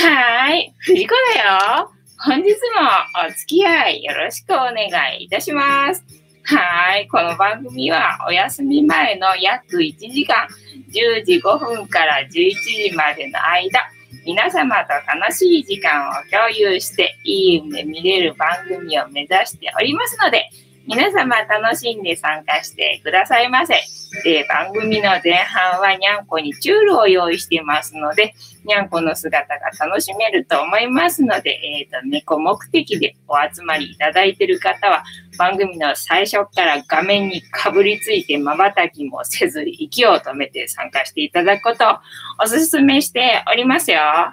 はーい、藤子だよ。本日もお付き合いよろしくお願いいたします。はーい、この番組はお休み前の約1時間、10時5分から11時までの間、皆様と楽しい時間を共有していい夢見れる番組を目指しておりますので、皆様楽しんで参加してくださいませ。で、番組の前半はにゃんこにチュールを用意していますので、にゃんこの姿が楽しめると思いますので、猫目的でお集まりいただいている方は、番組の最初から画面にかぶりついて瞬きもせず息を止めて参加していただくことをお勧めしておりますよ。はい。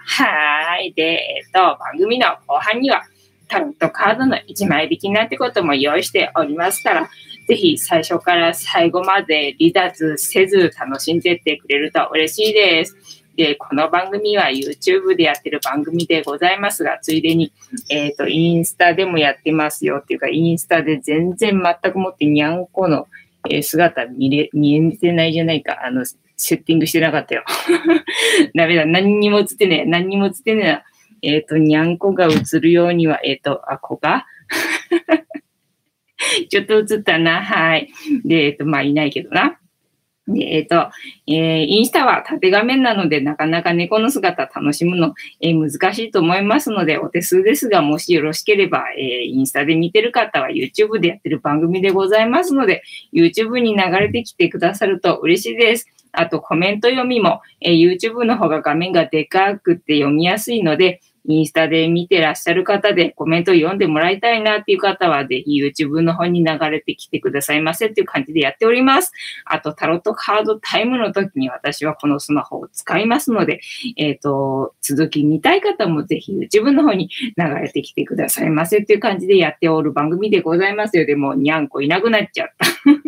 で、番組の後半には、タロットカードの1枚引きなんてことも用意しておりますから、ぜひ最初から最後まで離脱せず楽しんでいってくれると嬉しいです。で、この番組は YouTube でやってる番組でございますが、ついでに、インスタでもやってますよっていうか、インスタで全然全くもってにゃんこの、姿見えてないじゃないか。セッティングしてなかったよ。ダメだ。何にも映ってねえな。にゃんこが映るようには、ここかちょっと映ったな。はい。で、いないけどな。で、インスタは縦画面なので、なかなか猫の姿楽しむの、難しいと思いますので、お手数ですが、もしよろしければ、インスタで見てる方は YouTube でやってる番組でございますので、YouTube に流れてきてくださると嬉しいです。あと、コメント読みも、YouTube の方が画面がでかくて読みやすいので、インスタで見てらっしゃる方でコメントを読んでもらいたいなっていう方は、ぜひ YouTube の方に流れてきてくださいませっていう感じでやっております。あと、タロットカードタイムの時に私はこのスマホを使いますので、続き見たい方もぜひ YouTube の方に流れてきてくださいませっていう感じでやっておる番組でございますよ。でも、にゃんこいなくなっちゃった。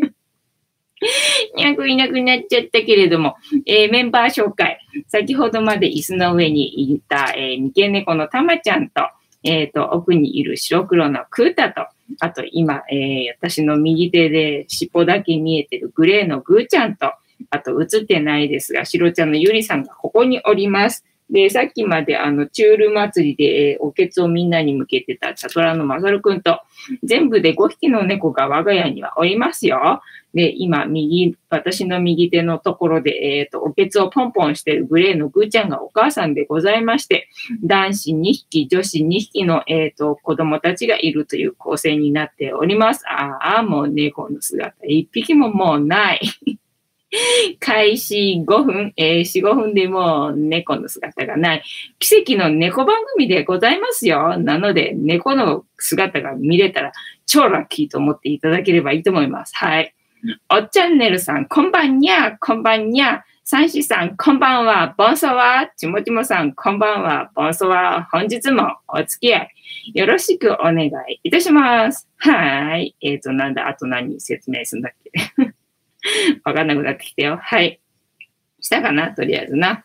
にゃんこいなくなっちゃったけれども、メンバー紹介。先ほどまで椅子の上にいた、三毛猫のたまちゃんと、奥にいる白黒のクータと、あと今、私の右手で尻尾だけ見えてるグレーのグーちゃんと、あと映ってないですが、白ちゃんのゆりさんがここにおります。で、さっきまでチュール祭りで、おけつをみんなに向けてたチャトラのまさるくんと、全部で5匹の猫が我が家にはおりますよ。で、今、私の右手のところで、おけつをポンポンしているグレーのグーちゃんがお母さんでございまして、男子2匹、女子2匹の、子供たちがいるという構成になっております。もう猫の姿、1匹ももうない。開始5分、4、5分でもう猫の姿がない。奇跡の猫番組でございますよ。なので、猫の姿が見れたら超ラッキーと思っていただければいいと思います。はい。おっチャンネルさん、こんばんにゃ、こんばんにゃ。サンシさん、こんばんは。ボンソワ。ちもちもさん、こんばんは。ボンソワ。本日もお付き合いよろしくお願いいたします。はい。なんだ、あと何説明するんだっけわかんなくなってきたよ。はい。したかなとりあえずな。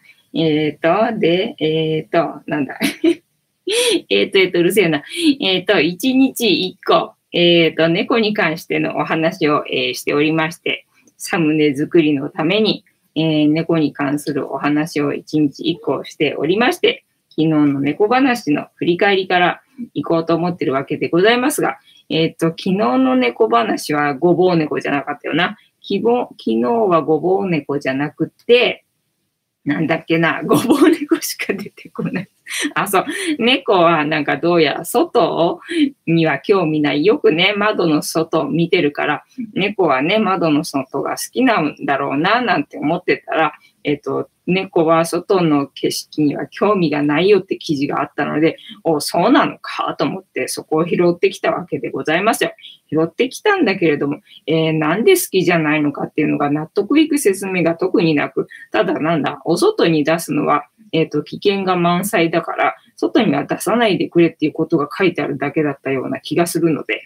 なんだ。うるせえな。1日1個、猫に関してのお話を、しておりまして、サムネ作りのために、猫に関するお話を1日1個しておりまして、昨日の猫話の振り返りから行こうと思ってるわけでございますが、昨日の猫話はごぼう猫じゃなかったよな。昨日はごぼう猫じゃなくて、なんだっけな、ごぼう猫しか出てこない。そう、猫はなんかどうやら外には興味ない。よくね、窓の外を見てるから、猫はね、窓の外が好きなんだろうな、なんて思ってたら、猫は外の景色には興味がないよって記事があったので、そうなのかと思ってそこを拾ってきたわけでございますよ。拾ってきたんだけれども、なんで好きじゃないのかっていうのが納得いく説明が特になく、ただお外に出すのは、危険が満載だから、外には出さないでくれっていうことが書いてあるだけだったような気がするので、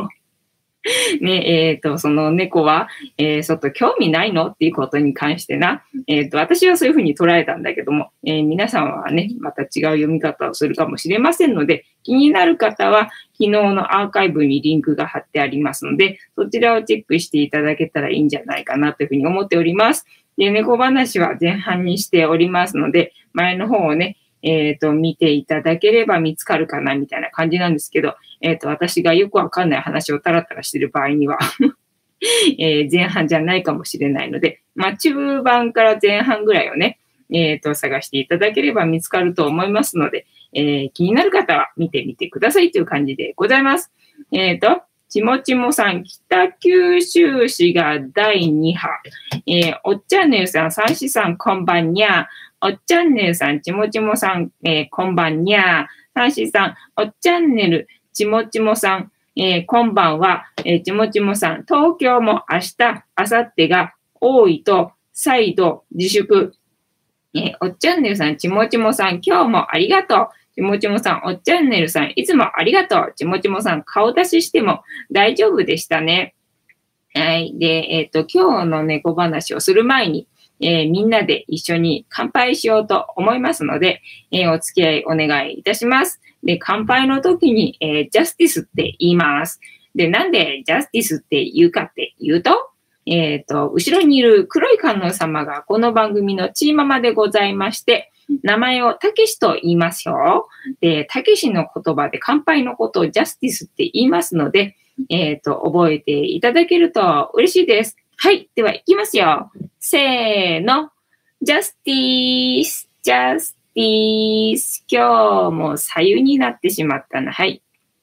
ね、その猫は、外興味ないのっていうことに関してな、私はそういうふうに捉えたんだけども、皆さんはね、また違う読み方をするかもしれませんので、気になる方は、昨日のアーカイブにリンクが貼ってありますので、そちらをチェックしていただけたらいいんじゃないかなというふうに思っております。で、猫話は前半にしておりますので、前の方をね、 見ていただければ見つかるかなみたいな感じなんですけど、私がよくわかんない話をタラタラしてる場合には前半じゃないかもしれないので、中盤から前半ぐらいをね、探していただければ見つかると思いますので、気になる方は見てみてくださいという感じでございます。ちもちもさん、北九州市が第2波。おっちゃんねるさん、さんしさん、こんばんにゃ。おっちゃんねるさん、ちもちもさん、こんばんにゃ。さんしさん、おっちゃんねる、ちもちもさん、こんばんは。ちもちもさん、東京も明日、明後日が多いと、再度自粛。おっちゃんねるさん、ちもちもさん、今日もありがとう。ちもちもさん、おっちゃんねるさん、いつもありがとう。ちもちもさん、顔出ししても大丈夫でしたね。はい。で、今日の猫話をする前に、みんなで一緒に乾杯しようと思いますので、お付き合いお願いいたします。で、乾杯の時に、ジャスティスって言います。で、なんでジャスティスって言うかっていうと、後ろにいる黒い観音様がこの番組のチーママでございまして、名前をたけしと言いますよ。で、たけしの言葉で乾杯のことをジャスティスって言いますので、覚えていただけると嬉しいです。はい。では、いきますよ。せーの。ジャスティス、ジャスティス。今日も左右になってしまったな。はい。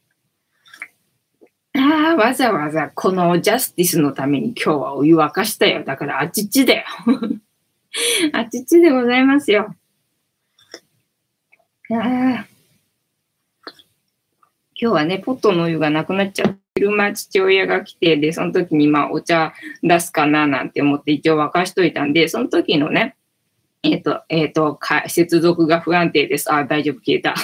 わざわざこのジャスティスのために今日はお湯沸かしたよ。だからあちちだよ。あちちでございますよ。今日はね、ポットのお湯がなくなっちゃって、昼間父親が来て、で、その時にお茶出すかななんて思って一応沸かしといたんで、その時のね、接続が不安定です。大丈夫、消えた。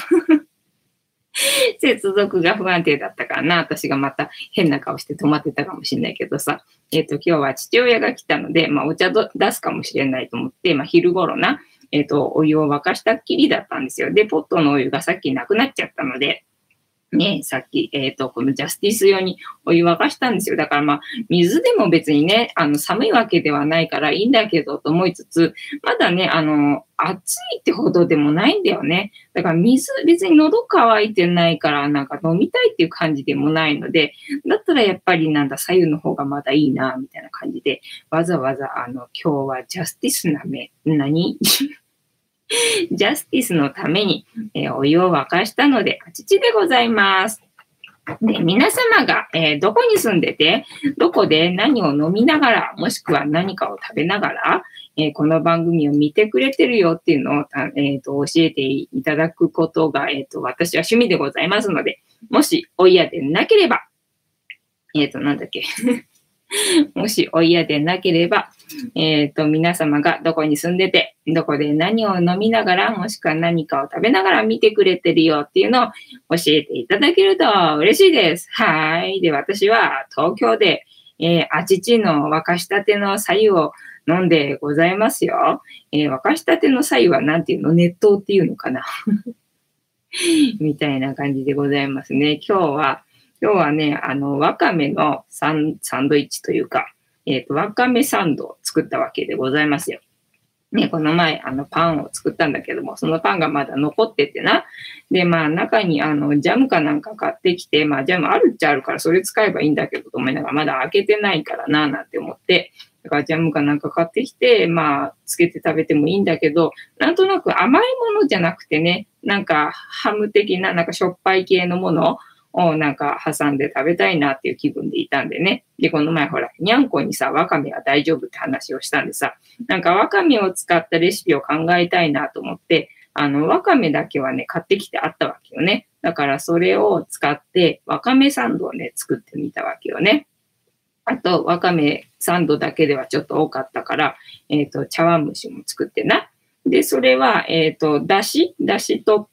接続が不安定だったからな。私がまた変な顔して止まってたかもしれないけどさ。今日は父親が来たので、お茶出すかもしれないと思って、昼頃な、お湯を沸かしたっきりだったんですよ。で、ポットのお湯がさっきなくなっちゃったので、ね、さっき、このジャスティス用にお湯沸かしたんですよ。だから水でも別にね、寒いわけではないからいいんだけどと思いつつ、まだね、暑いってほどでもないんだよね。だから水、別に喉乾いてないから、なんか飲みたいっていう感じでもないので、だったらやっぱり左右の方がまだいいな、みたいな感じで、わざわざ今日はジャスティス何ジャスティスのために、お湯を沸かしたので、あちちでございます。で、皆様が、どこに住んでて、どこで何を飲みながら、もしくは何かを食べながら、この番組を見てくれてるよっていうのを、教えていただくことが、私は趣味でございますので、もしお嫌でなければ、なんだっけ。もしお嫌でなければ、皆様がどこに住んでて、どこで何を飲みながら、もしくは何かを食べながら見てくれてるよっていうのを教えていただけると嬉しいです。はい。で、私は東京で、あちちの沸かしたての白湯を飲んでございますよ。沸かしたての白湯はなんていうの？熱湯っていうのかなみたいな感じでございますね。今日はね、わかめのサンドイッチというか、わかめサンドを作ったわけでございますよ。ね、この前、パンを作ったんだけども、そのパンがまだ残っててな。で、中に、ジャムかなんか買ってきて、ジャムあるっちゃあるから、それ使えばいいんだけど、と思いながら、まだ開けてないからな、なんて思って、だからジャムかなんか買ってきて、つけて食べてもいいんだけど、なんとなく甘いものじゃなくてね、なんかハム的な、なんかしょっぱい系のものをなんか挟んで食べたいなっていう気分でいたんでね。で、この前ほら、にゃんこにさ、わかめは大丈夫って話をしたんでさ、なんかわかめを使ったレシピを考えたいなと思って、わかめだけはね、買ってきてあったわけよね。だからそれを使って、わかめサンドをね、作ってみたわけよね。あと、わかめサンドだけではちょっと多かったから、茶碗蒸しも作ってな。で、それは、だし取って、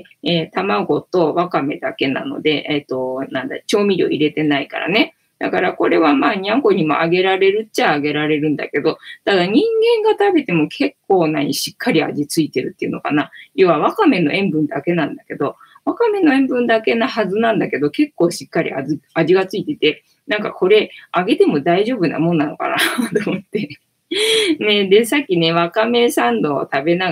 卵とわかめだけなので、調味料入れてないからね。だからこれはにゃんこにもあげられるっちゃあげられるんだけど、ただ人間が食べても結構しっかり味ついてるっていうのかな。要はわかめの塩分だけなんだけど、わかめの塩分だけなはずなんだけど、結構しっかり味がついてて、なんかこれあげても大丈夫なもんなのかなと思って。ね、で、さっきね、わかめサンドを食べながら、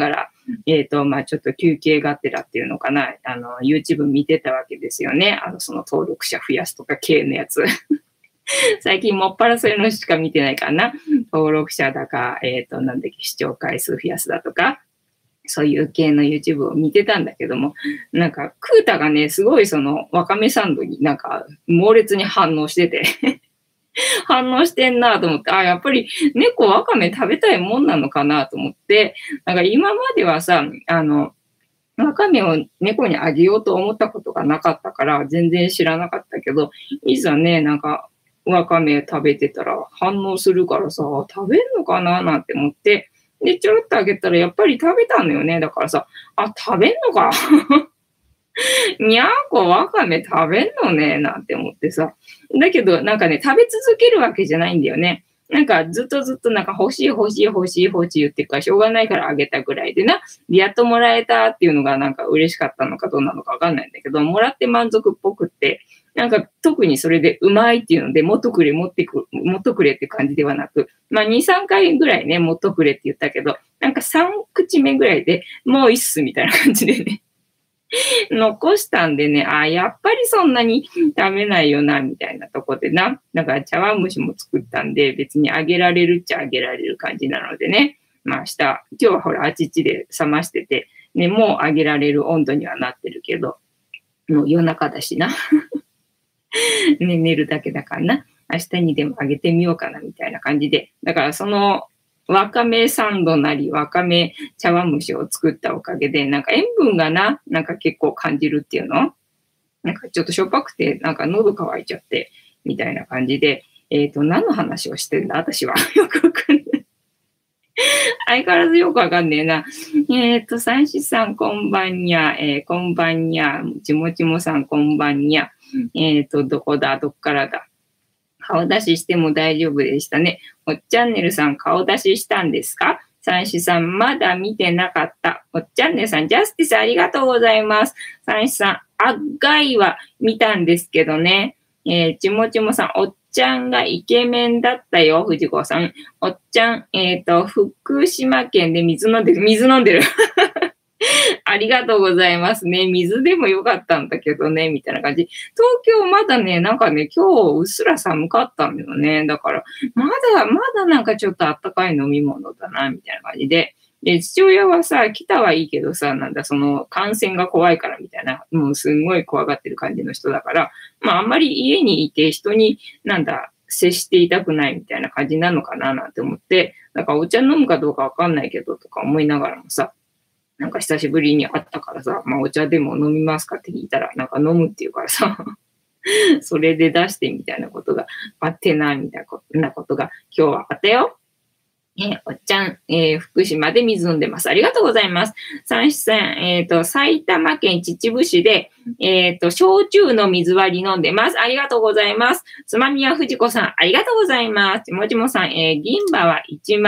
まあちょっと休憩がてらっていうのかな、YouTube 見てたわけですよね。その登録者増やすとか系のやつ。最近もっぱらそういうのしか見てないからな。登録者だか、なんだっけ、視聴回数増やすだとか、そういう系の YouTube を見てたんだけども、なんか、クータがね、すごいその、わかめサンドになんか、猛烈に反応してて反応してんなと思って、やっぱり猫わかめ食べたいもんなのかなと思って、なんか今まではさ、わかめを猫にあげようと思ったことがなかったから、全然知らなかったけど、いざね、なんか、わかめ食べてたら反応するからさ、食べんのかななんて思って、で、ちょろっとあげたらやっぱり食べたのよね。だからさ、食べんのかにゃーこわかめ食べんのねなんて思ってさ。だけど、なんかね、食べ続けるわけじゃないんだよね。なんかずっとずっとなんか欲しい欲しい欲しい欲しい言ってるからしょうがないからあげたぐらいでな。で、やっともらえたっていうのがなんか嬉しかったのかどうなのかわかんないんだけど、もらって満足っぽくって、なんか特にそれでうまいっていうので、もっとくれ、もっとくれって感じではなく、まあ2、3回ぐらいね、もっとくれって言ったけど、なんか3口目ぐらいでもういいっすみたいな感じでね。残したんでね、やっぱりそんなに食べないよな、みたいなとこでな。だから茶碗蒸しも作ったんで、別にあげられるっちゃあげられる感じなのでね。まあ今日はほら、あちっちで冷ましてて、ね、もうあげられる温度にはなってるけど、もう夜中だしな。ね、寝るだけだからな。明日にでもあげてみようかな、みたいな感じで。だからその、わかめサンドなり、わかめ茶碗蒸しを作ったおかげで、なんか塩分がな、なんか結構感じるっていうのなんかちょっとしょっぱくて、なんか喉乾いちゃって、みたいな感じで、何の話をしてんだ私は。よくわかんない。相変わらずよくわかんねえな。三子さんこんばんにゃ、こんばんにゃ、ちもちもさんこんばんにゃ。どこだ、どっからだ。顔出ししても大丈夫でしたね。おっちゃんねるさん顔出ししたんですか？三子さんまだ見てなかった。おっちゃんねるさん、ジャスティスありがとうございます。三子さん、あっがいは見たんですけどね。ちもちもさん、おっちゃんがイケメンだったよ、藤子さん。おっちゃん、福島県で水飲んでる。水飲んでる。ありがとうございますね。水でもよかったんだけどね、みたいな感じ。東京まだね、なんかね、今日うっすら寒かったんだよね。だから、まだなんかちょっとあったかい飲み物だな、みたいな感じで。で、父親はさ、来たはいいけどさ、なんだ、その、感染が怖いからみたいな、もうすんごい怖がってる感じの人だから、まあ、あんまり家にいて人に、なんだ、接していたくないみたいな感じなのかななんて思って、なんかお茶飲むかどうかわかんないけどとか思いながらもさ、なんか久しぶりに会ったからさ、まあお茶でも飲みますかって聞いたら、なんか飲むって言うからさ、それで出してみたいなことがあってな、みたいなことが今日はあったよ。おっちゃん、福島で水飲んでます。ありがとうございます。三子さん、埼玉県秩父市で、焼酎の水割り飲んでます。ありがとうございます。つまみや藤子さん、ありがとうございます。もちもさん、銀歯は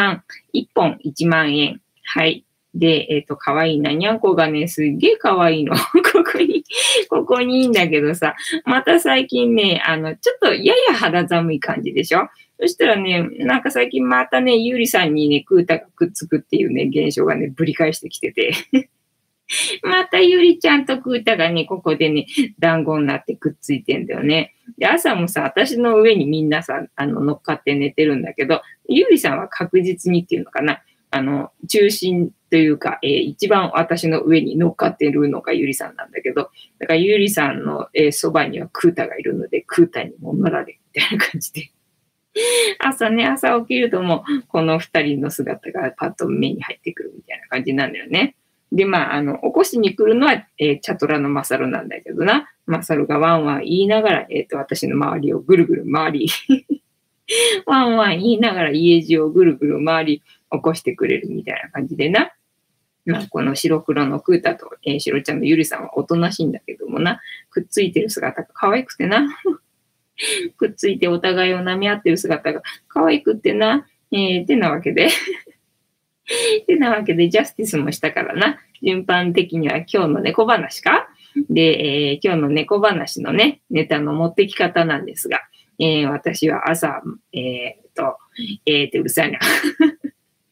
1本1万円。はい。で、かわいいな。にゃんこがね、すっげえかわいいの。ここにいいんだけどさ、また最近ね、ちょっとやや肌寒い感じでしょ？そしたらね、なんか最近またね、ゆりさんにね、クータがくっつくっていうね、現象がね、ぶり返してきてて。またゆりちゃんとクータがね、ここでね、団子になってくっついてんだよね。で、朝もさ、私の上にみんなさ、乗っかって寝てるんだけど、ゆりさんは確実にっていうのかな。中心というか、一番私の上に乗っかってるのがゆりさんなんだけど、だからゆりさんの、そばにはクータがいるので、クータにも乗られみたいな感じで。朝起きるともう、この二人の姿がパッと目に入ってくるみたいな感じなんだよね。で、まあ、起こしに来るのは、チャトラのマサルなんだけどな。マサルがワンワン言いながら、私の周りをぐるぐる回り、ワンワン言いながら家中をぐるぐる回り、起こしてくれるみたいな感じでな。まあ、この白黒のクータと、白ちゃんのゆりさんはおとなしいんだけどもな、くっついてる姿が可愛くてな。くっついてお互いを舐め合ってる姿が可愛くってな。てなわけで。てなわけで、ジャスティスもしたからな。順番的には今日の猫話かで、今日の猫話のね、ネタの持ってき方なんですが、私は朝、うるさいな。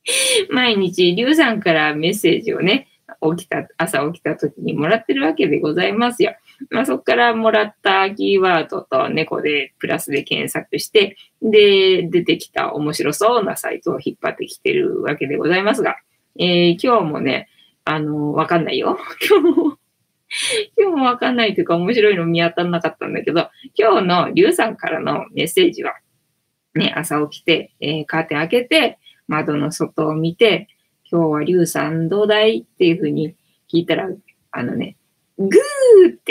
毎日、リュウさんからメッセージをね、朝起きた時にもらってるわけでございますよ。そこからもらったキーワードと猫でプラスで検索して、で、出てきた面白そうなサイトを引っ張ってきてるわけでございますが、今日もね、わかんないよ。今日もわかんないというか面白いの見当たらなかったんだけど、今日のリュウさんからのメッセージは、ね、朝起きて、カーテン開けて、窓の外を見て、今日はリュウさんどうだいっていうふうに聞いたら、グーって、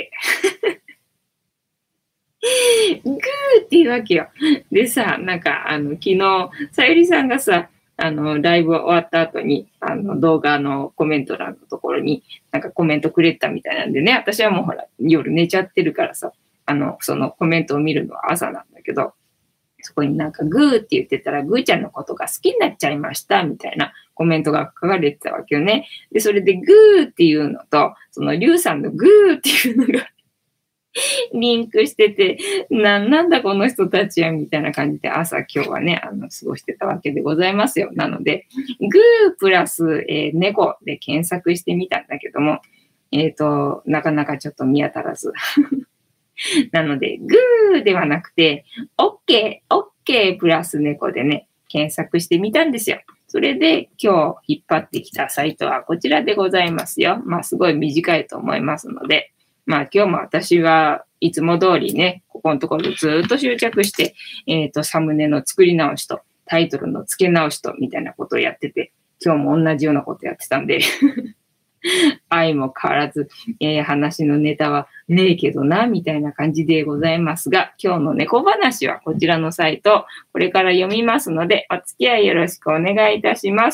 グーって言うわけよ。でさ、昨日、さゆりさんがさ、ライブ終わった後に、動画のコメント欄のところに、コメントくれたみたいなんでね、私はもうほら、夜寝ちゃってるからさ、そのコメントを見るのは朝なんだけど、そこにグーって言ってたら、グーちゃんのことが好きになっちゃいました、みたいなコメントが書かれてたわけよね。で、それでグーっていうのと、そのリュウさんのグーっていうのがリンクしてて、なんだこの人たちや、みたいな感じで朝今日はね、過ごしてたわけでございますよ。なので、グープラス、猫で検索してみたんだけども、なかなかちょっと見当たらず。なので、グーではなくて、オッケープラス猫でね、検索してみたんですよ。それで今日引っ張ってきたサイトはこちらでございますよ。すごい短いと思いますので、今日も私はいつも通りね、ここのところずっと執着して、サムネの作り直しと、タイトルの付け直しと、みたいなことをやってて、今日も同じようなことやってたんで、愛も変わらず、話のネタはねえけどな、みたいな感じでございますが、今日の猫話はこちらのサイト、これから読みますので、お付き合いよろしくお願いいたします。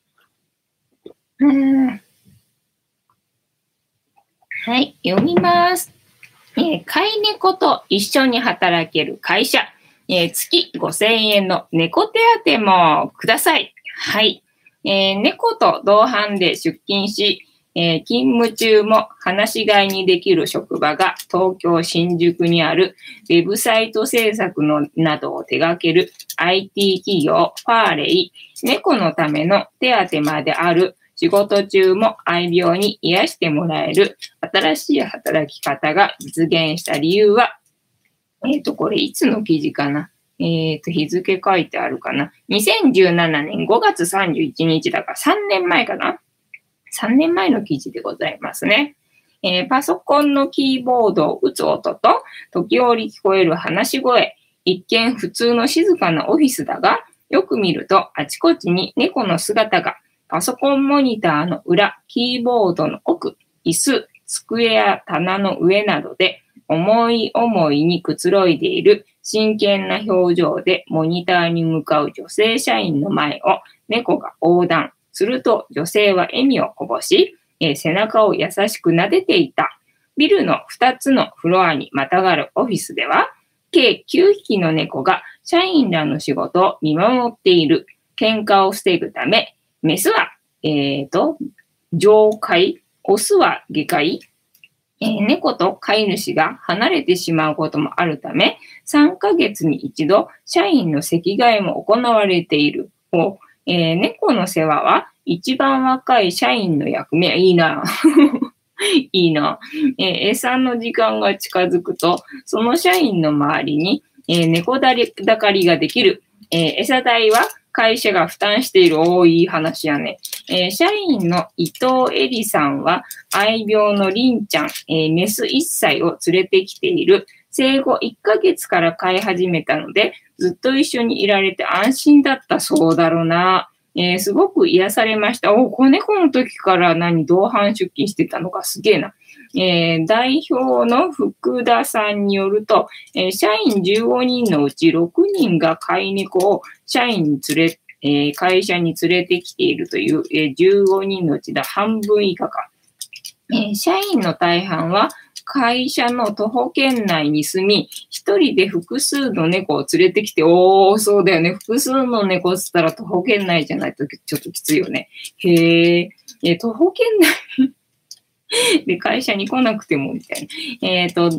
はい、読みます。飼い猫と一緒に働ける会社、月5000円の猫手当もください。はい。猫と同伴で出勤し、勤務中も放し飼いにできる職場が東京新宿にあるウェブサイト制作のなどを手掛ける IT 企業ファーレイ、猫のための手当まである仕事中も愛病に癒してもらえる新しい働き方が実現した理由は、これいつの記事かな日付書いてあるかな ?2017 年5月31日だから3年前かな ?3 年前の記事でございますね。パソコンのキーボードを打つ音と時折聞こえる話し声、一見普通の静かなオフィスだが、よく見るとあちこちに猫の姿が、パソコンモニターの裏、キーボードの奥、椅子、机や棚の上などで思い思いにくつろいでいる真剣な表情でモニターに向かう女性社員の前を猫が横断。すると女性は笑みをこぼし、背中を優しく撫でていた。ビルの2つのフロアにまたがるオフィスでは、計9匹の猫が社員らの仕事を見守っている。喧嘩を防ぐため、メスは、上階、オスは下階、猫と飼い主が離れてしまうこともあるため、3ヶ月に一度、社員の席替えも行われている。猫の世話は一番若い社員の役目。いいな。いいな。餌の時間が近づくと、その社員の周りに、猫だかりができる。餌代は会社が負担している。いい話やね。社員の伊藤恵里さんは愛病のりんちゃん、メス1歳を連れてきている。生後1ヶ月から飼い始めたので、ずっと一緒にいられて安心だったそうだろうな。すごく癒されました。子猫の時から同伴出勤してたのかすげえな。代表の福田さんによると、社員15人のうち6人が飼い猫を会社に連れてきているという、15人のうちだ半分以下か。社員の大半は会社の徒歩圏内に住み、一人で複数の猫を連れてきて、そうだよね。複数の猫っつったら徒歩圏内じゃないとちょっときついよね。徒歩圏内で会社に来なくてもみたいな。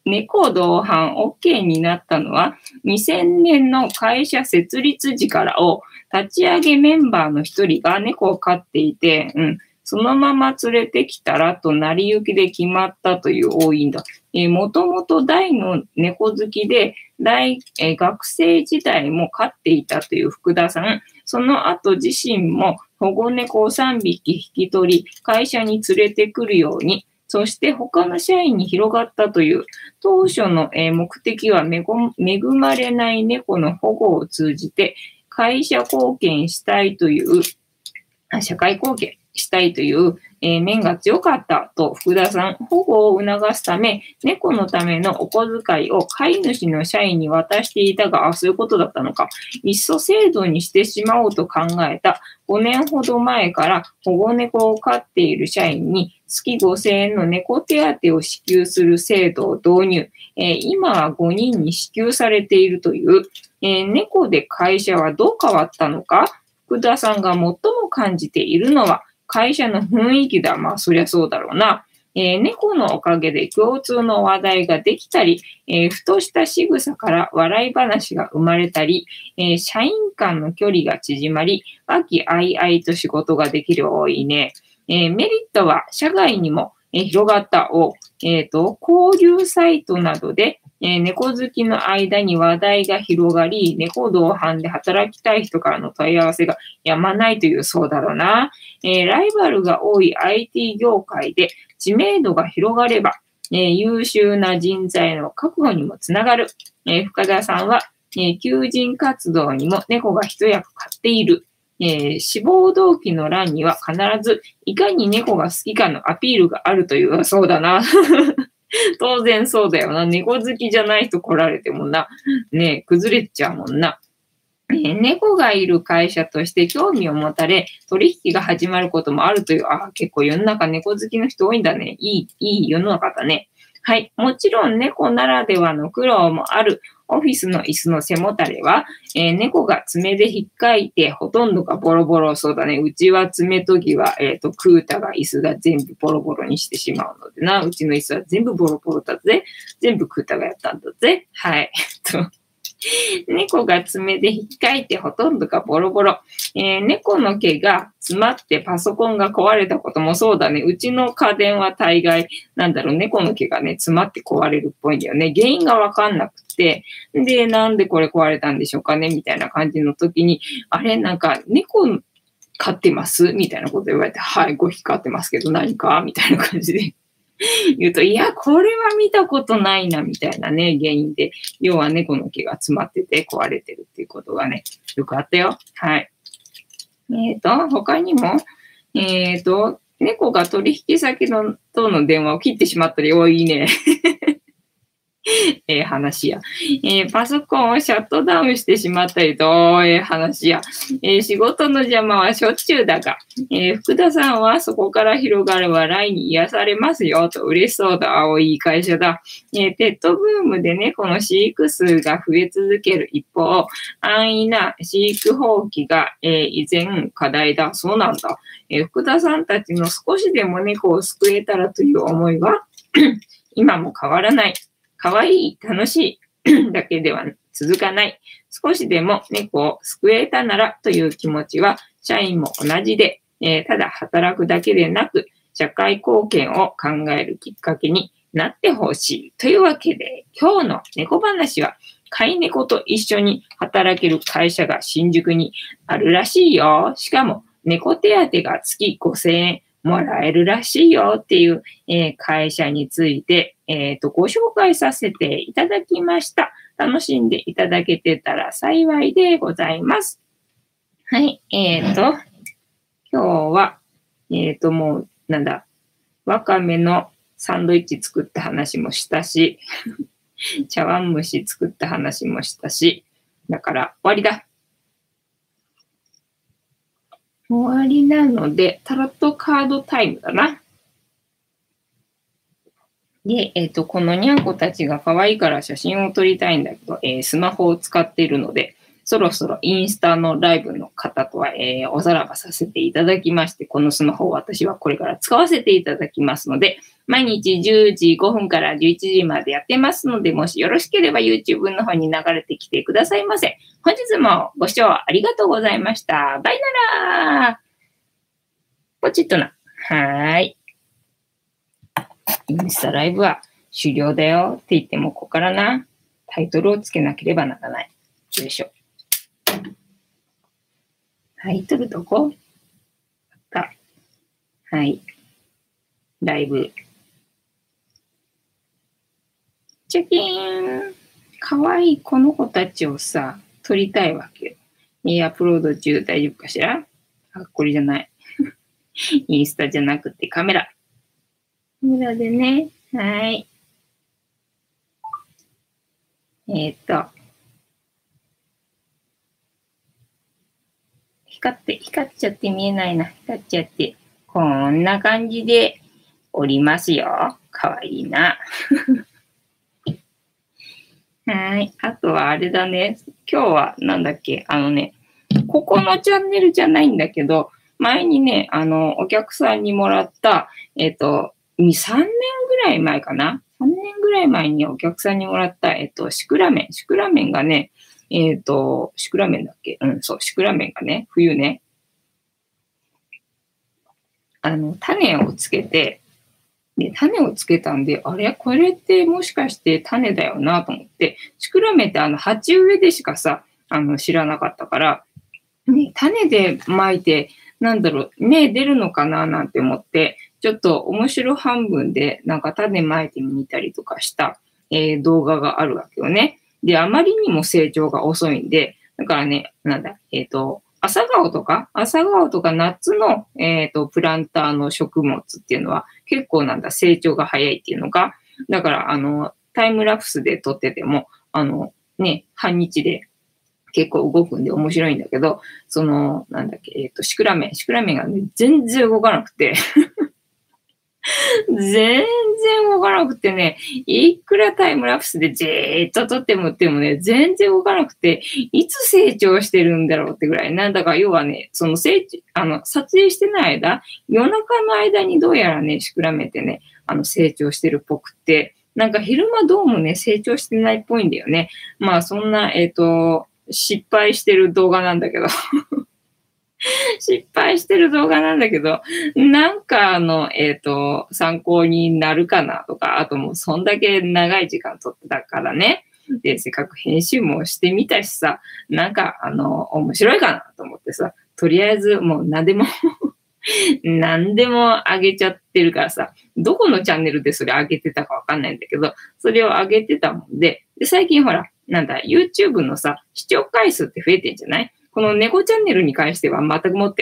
猫同伴 OK になったのは2000年の会社設立時からを立ち上げメンバーの一人が猫を飼っていて、そのまま連れてきたらと成り行きで決まったという多いんだ。もともと大の猫好きで、学生時代も飼っていたという福田さん。その後自身も保護猫を3匹引き取り、会社に連れてくるように、そして他の社員に広がったという、当初の目的は恵まれない猫の保護を通じて、会社貢献したいという、社会貢献したいという、面が強かったと福田さん、保護を促すため、猫のためのお小遣いを飼い主の社員に渡していたが、そういうことだったのか。いっそ制度にしてしまおうと考えた。5年ほど前から保護猫を飼っている社員に月5000円の猫手当を支給する制度を導入。今は5人に支給されているという、猫で会社はどう変わったのか。福田さんが最も感じているのは、会社の雰囲気だ。そりゃそうだろうな。猫のおかげで共通の話題ができたり、ふとした仕草から笑い話が生まれたり、社員間の距離が縮まり、和気あいあいと仕事ができる多いね。メリットは社外にも、広がった交流サイトなどで、猫好きの間に話題が広がり、猫同伴で働きたい人からの問い合わせがやまないという、そうだろうな。ライバルが多い IT 業界で知名度が広がれば、優秀な人材の確保にもつながる。深田さんは、求人活動にも猫が一役買っている。志望動機の欄には必ずいかに猫が好きかのアピールがあるという、そうだな。当然そうだよな。猫好きじゃない人来られてもな、崩れちゃうもんな。猫がいる会社として興味を持たれ、取引が始まることもあるという、結構世の中猫好きの人多いんだね。いい世の中だね。はい。もちろん猫ならではの苦労もある。オフィスの椅子の背もたれは、猫が爪で引っかいてほとんどがボロボロ。そうだね。うちは爪研ぎは、クータが椅子が全部ボロボロにしてしまうのでな。うちの椅子は全部ボロボロだぜ。全部クータがやったんだぜ。はい。猫が爪で引っかいてほとんどがボロボロ。猫の毛が詰まってパソコンが壊れたこともそうだね。うちの家電は大概、猫の毛がね、詰まって壊れるっぽいんだよね。原因がわかんなくて。で、なんでこれ壊れたんでしょうかねみたいな感じの時に、猫飼ってますみたいなこと言われて、はい、5匹飼ってますけど何かみたいな感じで。言うと、いや、これは見たことないな、みたいなね、原因で、要は猫の毛が詰まってて壊れてるっていうことがね、よくあったよ。はい。他にも、猫が取引先との電話を切ってしまったり、いいね。話や、パソコンをシャットダウンしてしまったりと、話や、仕事の邪魔はしょっちゅうだが、福田さんはそこから広がる笑いに癒されますよと嬉しそうだ。いい会社だ。ペットブームで猫の飼育数が増え続ける一方、安易な飼育放棄が、依然課題だ。そうなんだ。福田さんたちの少しでも猫を救えたらという思いは今も変わらない。かわいい、楽しいだけでは続かない。少しでも猫を救えたならという気持ちは社員も同じで、ただ働くだけでなく社会貢献を考えるきっかけになってほしい。というわけで今日の猫話は飼い猫と一緒に働ける会社が新宿にあるらしいよ。しかも猫手当が月5000円もらえるらしいよっていう、会社について、ご紹介させていただきました。楽しんでいただけてたら幸いでございます。はい。今日は、わかめのサンドイッチ作った話もしたし、茶碗蒸し作った話もしたし、だから終わりだ。終わりなので、タロットカードタイムだな。で、このにゃんこたちが可愛いから写真を撮りたいんだけど、スマホを使っているので、そろそろインスタのライブの方とは、おさらばさせていただきまして、このスマホを私はこれから使わせていただきますので、 毎日10時5分から11時までやってますので、もしよろしければ YouTube の方に流れてきてくださいませ。本日もご視聴ありがとうございました。バイならポチッとな。はーい。インスタライブは終了だよって言っても、ここからな、タイトルをつけなければならない。よいしょ。タイトルどこあった。はい。ライブ。チェキーン。かわいいこの子たちをさ、撮りたいわけよ。アップロード中大丈夫かしら？あ、これじゃない。インスタじゃなくてカメラ。カメラでね。はい。光っちゃって見えないな。光っちゃって。こんな感じでおりますよ。かわいいな。はい。あとはあれだね。今日はなんだっけ、ここのチャンネルじゃないんだけど、前にね、お客さんにもらった、3年ぐらい前かな ?3 年ぐらい前にお客さんにもらった、シクラメン。シクラメンがね、シクラメンだっけ？うん、そう、シクラメンがね、冬ね、種をつけて、で、種をつけたんで、あれこれってもしかして種だよなと思って、シクラメンって鉢植えでしかさ、知らなかったから、ね、種で巻いて、なんだろう、芽出るのかななんて思って、ちょっと面白半分で、なんか種巻いてみたりとかした、動画があるわけよね。で、あまりにも成長が遅いんで、だからね、朝顔とか夏の、プランターの食物っていうのは結構成長が早いっていうのが、だから、タイムラプスで撮ってても、半日で結構動くんで面白いんだけど、シクラメンがね、全然動かなくて、全然動かなくてね、いくらタイムラプスでじーっと撮ってもね、全然動かなくて、いつ成長してるんだろうってぐらい。なんだか要はね、その撮影してない間、夜中の間にどうやらね、シクラメンってね、成長してるっぽくて、なんか昼間どうもね、成長してないっぽいんだよね。まあそんな、失敗してる動画なんだけど。失敗してる動画なんだけど、なんか参考になるかなとか、あともうそんだけ長い時間撮ってたからね。で、せっかく編集もしてみたしさ、なんか面白いかなと思ってさ、とりあえずもう何でも何でも上げちゃってるからさ、どこのチャンネルでそれ上げてたかわかんないんだけど、それを上げてたもんで、最近ほら、YouTube のさ、視聴回数って増えてんじゃない？この猫チャンネルに関しては全くもって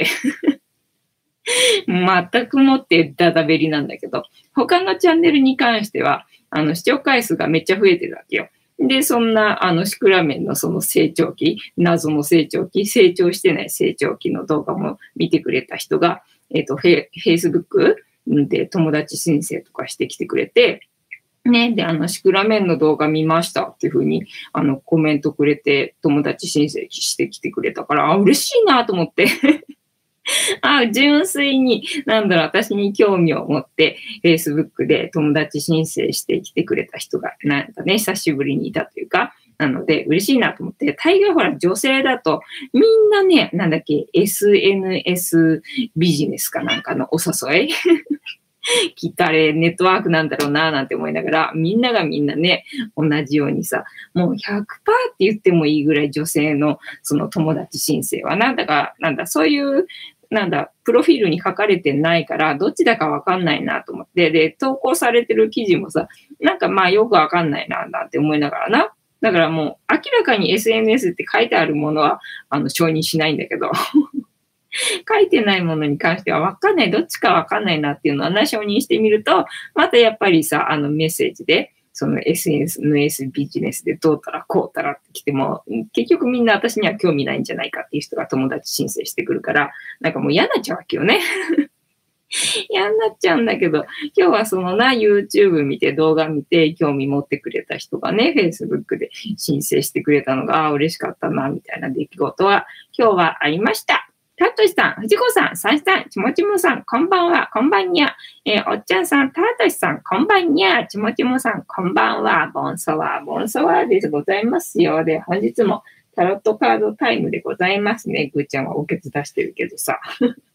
全くもってダダベリなんだけど、他のチャンネルに関しては、視聴回数がめっちゃ増えてるわけよ。で、そんな、シクラメンのその成長期、謎の成長期、成長してない成長期の動画も見てくれた人が、Facebook で友達申請とかしてきてくれて、ね、で、シクラメンの動画見ましたっていうふうに、コメントくれて、友達申請してきてくれたから、嬉しいなと思って純粋に、私に興味を持って、Facebook で友達申請してきてくれた人が、久しぶりにいたというか、なので、嬉しいなと思って、大概ほら、女性だと、みんなね、SNS ビジネスかなんかのお誘いきっとあれネットワークなんだろうななんて思いながら、みんながみんなね、同じようにさ、もう 100% って言ってもいいぐらい女性のその友達申請はそういう、プロフィールに書かれてないから、どっちだかわかんないなと思って、で、投稿されてる記事もさ、よくわかんないななんて思いながらな。だからもう明らかに SNS って書いてあるものは、承認しないんだけど。書いてないものに関しては分かんない、どっちか分かんないなっていうのは承認してみると、またやっぱりさ、メッセージで、その SNS ビジネスでどうたらこうたらってきても、結局みんな私には興味ないんじゃないかっていう人が友達申請してくるから、もう嫌になっちゃうわけよね。嫌になっちゃうんだけど、今日はそのYouTube 見て動画見て興味持ってくれた人がね、Facebook で申請してくれたのが嬉しかったな、みたいな出来事は今日はありました。 たとしさん、藤子さん、さんさん、ちもちもさん、こんばんは、こんばんにゃ。おっちゃんさん、たとしさん、こんばんにゃ。ちもちもさん、こんばんは、ボンソワ、ボンソワでございますよ。で、本日もタロットカードタイムでございますね。ぐーちゃんはおけつ出してるけどさ。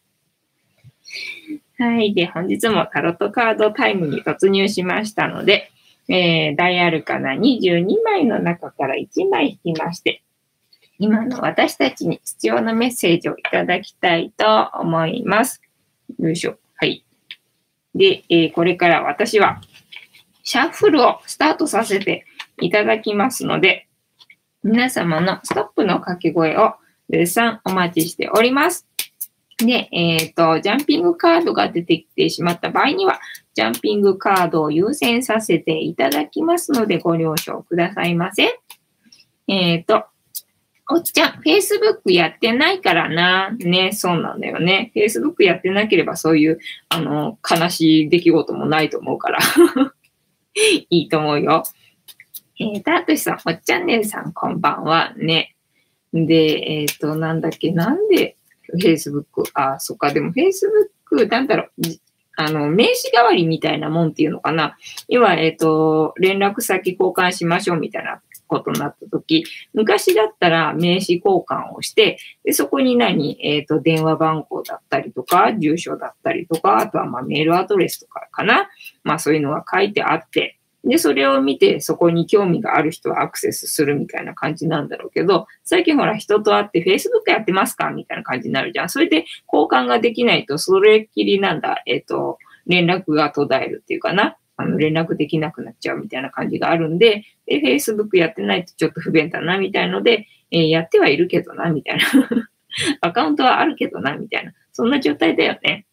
はい。で、本日もタロットカードタイムに突入しましたので、大アルカナ22枚の中から1枚引きまして、今の私たちに必要なメッセージをいただきたいと思います。よいしょ。はい。で、これから私はシャッフルをスタートさせていただきますので、皆様のストップの掛け声を絶賛お待ちしております。で、ジャンピングカードが出てきてしまった場合には、ジャンピングカードを優先させていただきますので、ご了承くださいませ。おっちゃん、Facebook やってないからな。ね、そうなんだよね。Facebook やってなければそういう、悲しい出来事もないと思うから。いいと思うよ。たとしさん、おっちゃんねるさん、こんばんは。ね。で、なんだっけ、なんで Facebook、そっか、でも Facebook、なんだろう、名刺代わりみたいなもんっていうのかな。要は、連絡先交換しましょうみたいなことになったとき、昔だったら名刺交換をして、でそこに電話番号だったりとか、住所だったりとか、あとはメールアドレスとかかな。そういうのが書いてあって、で、それを見て、そこに興味がある人はアクセスするみたいな感じなんだろうけど、最近ほら、人と会って Facebook やってますかみたいな感じになるじゃん。それで交換ができないと、それっきり連絡が途絶えるっていうかな。連絡できなくなっちゃうみたいな感じがあるんで、Facebook やってないとちょっと不便だな、みたいので、やってはいるけどな、みたいな。アカウントはあるけどな、みたいな。そんな状態だよね。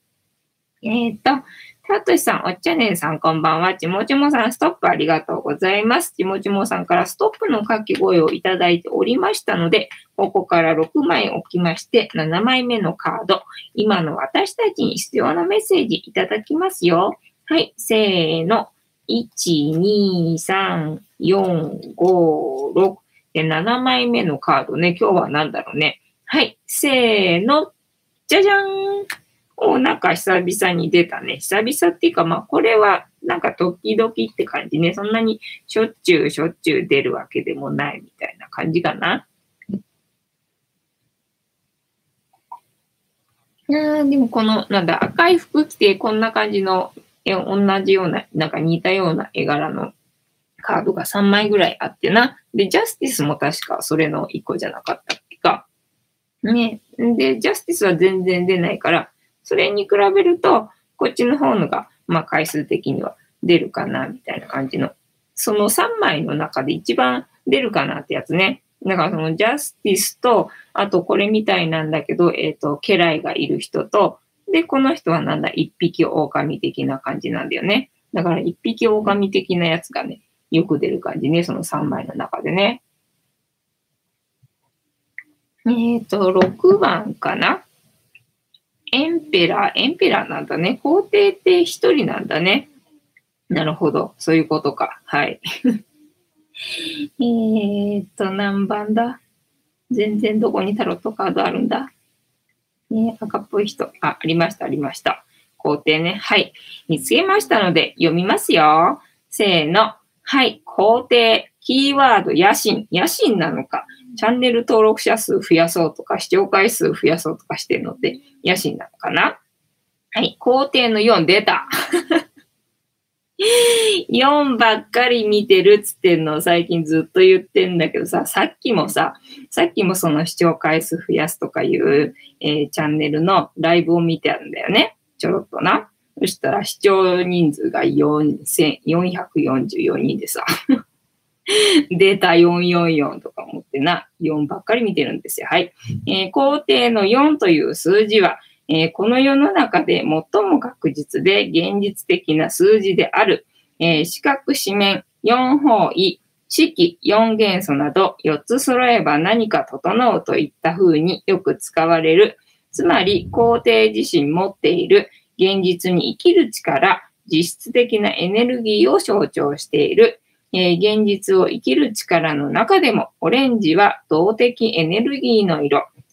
たとしさん、おっちゃねんさん、こんばんは。ちもちもさん、ストップありがとうございます。ちもちもさんからストップの掛け声をいただいておりましたので、ここから6枚置きまして、7枚目のカード、今の私たちに必要なメッセージいただきますよ。はい、せーの。1、2、3、4、5、6。で、7枚目のカードね、今日は何だろうね。はい、せーの。じゃじゃーん。なんか久々に出たね。久々っていうか、これはなんか時々って感じね。そんなにしょっちゅう出るわけでもないみたいな感じかな。でもこの、赤い服着てこんな感じの、同じような、なんか似たような絵柄のカードが3枚ぐらいあってな。で、ジャスティスも確かそれの1個じゃなかったっけか。ね。で、ジャスティスは全然出ないから、それに比べると、こっちの方のが、回数的には出るかな、みたいな感じの。その3枚の中で一番出るかなってやつね。だからそのジャスティスと、あとこれみたいなんだけど、家来がいる人と、で、この人は一匹狼的な感じなんだよね。だから一匹狼的なやつがね、よく出る感じね、その3枚の中でね。6番かな。エンペラーなんだね。皇帝って一人なんだね。なるほど。そういうことか。はい。何番だ？全然どこにタロットカードあるんだ？赤っぽい人。ありました。皇帝ね。はい。見つけましたので読みますよ。せーの。はい。皇帝。キーワード、野心。野心なのか。チャンネル登録者数増やそうとか、視聴回数増やそうとかしてるので、野心なのかな？はい。皇帝の4出た。4ばっかり見てるっつってんのを最近ずっと言ってんだけどさっきもその視聴回数増やすとかいう、チャンネルのライブを見てあるんだよね。ちょろっとな。そしたら視聴人数が444人でさ。データ444とか思ってな、4ばっかり見てるんですよ。はい。皇帝の4という数字は、この世の中で最も確実で現実的な数字である、四角四面、4方位、四季、4元素など4つ揃えば何か整うといった風によく使われる。つまり、皇帝自身持っている現実に生きる力、実質的なエネルギーを象徴している。現実を生きる力の中でも、オレンジは動的エネルギーの色。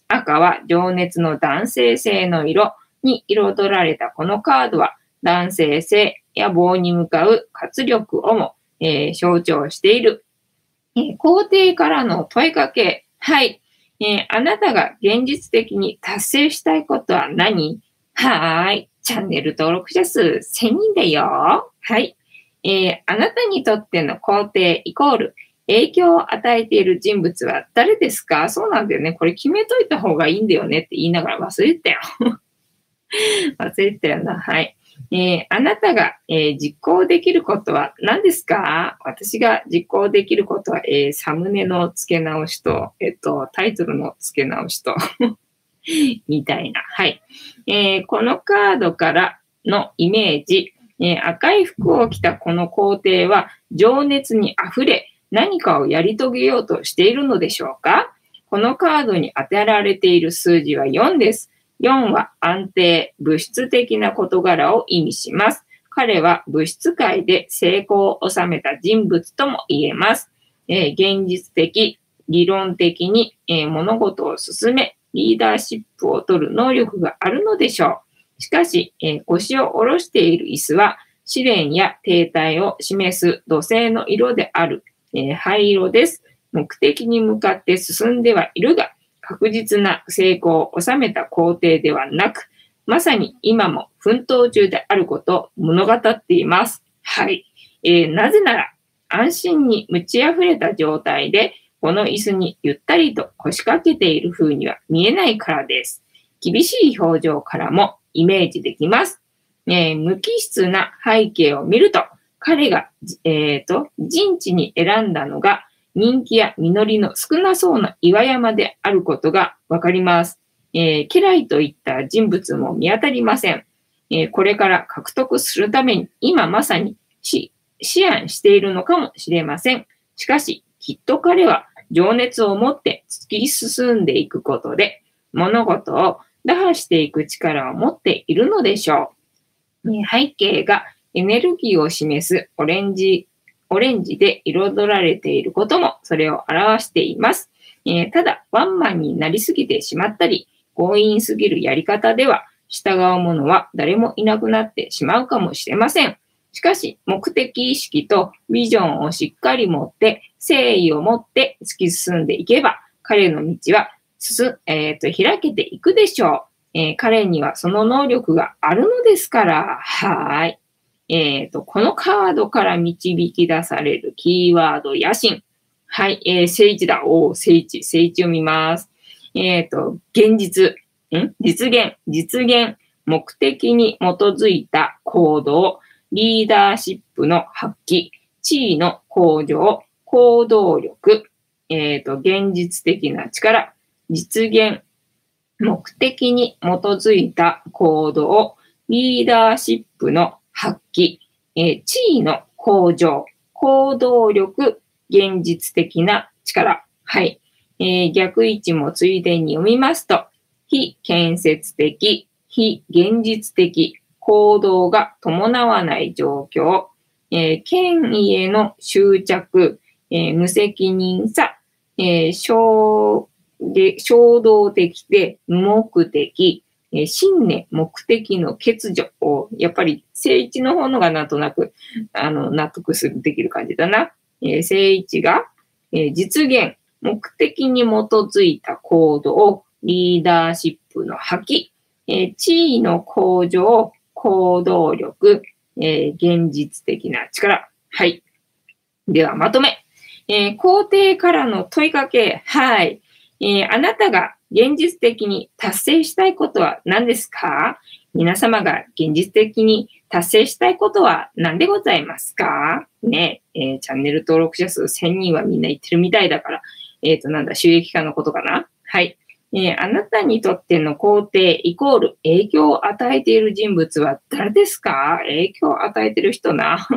赤は情熱の男性性の色に彩られたこのカードは、男性性、野望に向かう活力をも、象徴している。皇帝からの問いかけ。はい。あなたが現実的に達成したいことは何？はーい。チャンネル登録者数1000人だよ。はい。あなたにとっての皇帝イコール影響を与えている人物は誰ですか？そうなんだよね。これ決めといた方がいいんだよねって言いながら忘れてたよ。忘れてたよな。はい。あなたが、実行できることは何ですか？私が実行できることは、サムネの付け直しと、タイトルの付け直しと、みたいな。はい。このカードからのイメージ、赤い服を着たこの皇帝は情熱にあふれ、何かをやり遂げようとしているのでしょうか？このカードに当てられている数字は4です。4は安定、物質的な事柄を意味します。彼は物質界で成功を収めた人物とも言えます。現実的、理論的に、物事を進め、リーダーシップを取る能力があるのでしょう。しかし、腰を下ろしている椅子は試練や停滞を示す土星の色である、灰色です。目的に向かって進んではいるが、確実な成功を収めた工程ではなく、まさに今も奮闘中であることを物語っています。はい。なぜなら、安心に満ち溢れた状態で、この椅子にゆったりと腰掛けている風には見えないからです。厳しい表情からもイメージできます。無機質な背景を見ると、彼が、陣地に選んだのが、人気や実りの少なそうな岩山であることがわかります。家来といった人物も見当たりません。これから獲得するために今まさに思案しているのかもしれません。しかし、きっと彼は情熱を持って突き進んでいくことで、物事を打破していく力を持っているのでしょう。背景がエネルギーを示すオレンジで彩られていることもそれを表しています。ただ、ワンマンになりすぎてしまったり、強引すぎるやり方では、従う者は誰もいなくなってしまうかもしれません。しかし、目的意識とビジョンをしっかり持って、誠意を持って突き進んでいけば、彼の道は開けていくでしょう。彼にはその能力があるのですから、はい。このカードから導き出されるキーワード、野心。はい、聖一だ。聖一を見ます。現実、実現、目的に基づいた行動、リーダーシップの発揮、地位の向上、行動力、現実的な力、実現、目的に基づいた行動、リーダーシップの発揮、地位の向上、行動力、現実的な力。はい。逆位置もついでに読みますと、非建設的、非現実的、行動が伴わない状況、権威への執着、無責任さ、衝動的で無目的、信念、目的の欠如を、やっぱり聖一の方のがなんとなく、納得できる感じだな。聖一が、実現、目的に基づいた行動、リーダーシップの発揮、地位の向上、行動力、現実的な力。はい。ではまとめ。皇帝からの問いかけ。はい。あなたが現実的に達成したいことは何ですか？皆様が現実的に達成したいことは何でございますかね、チャンネル登録者数1000人はみんな言ってるみたいだから、収益化のことかな？はい。あなたにとっての皇帝イコール影響を与えている人物は誰ですか？影響を与えている人な。